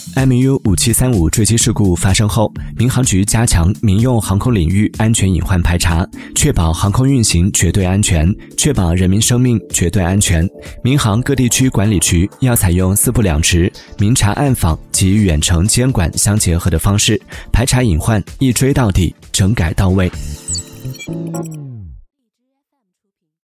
MU5735坠机事故发生后，民航局加强民用航空领域安全隐患排查，确保航空运行绝对安全，确保人民生命绝对安全。民航各地区管理局要采用4不2直、明察暗访及远程监管相结合的方式，排查隐患，一追到底，整改到位。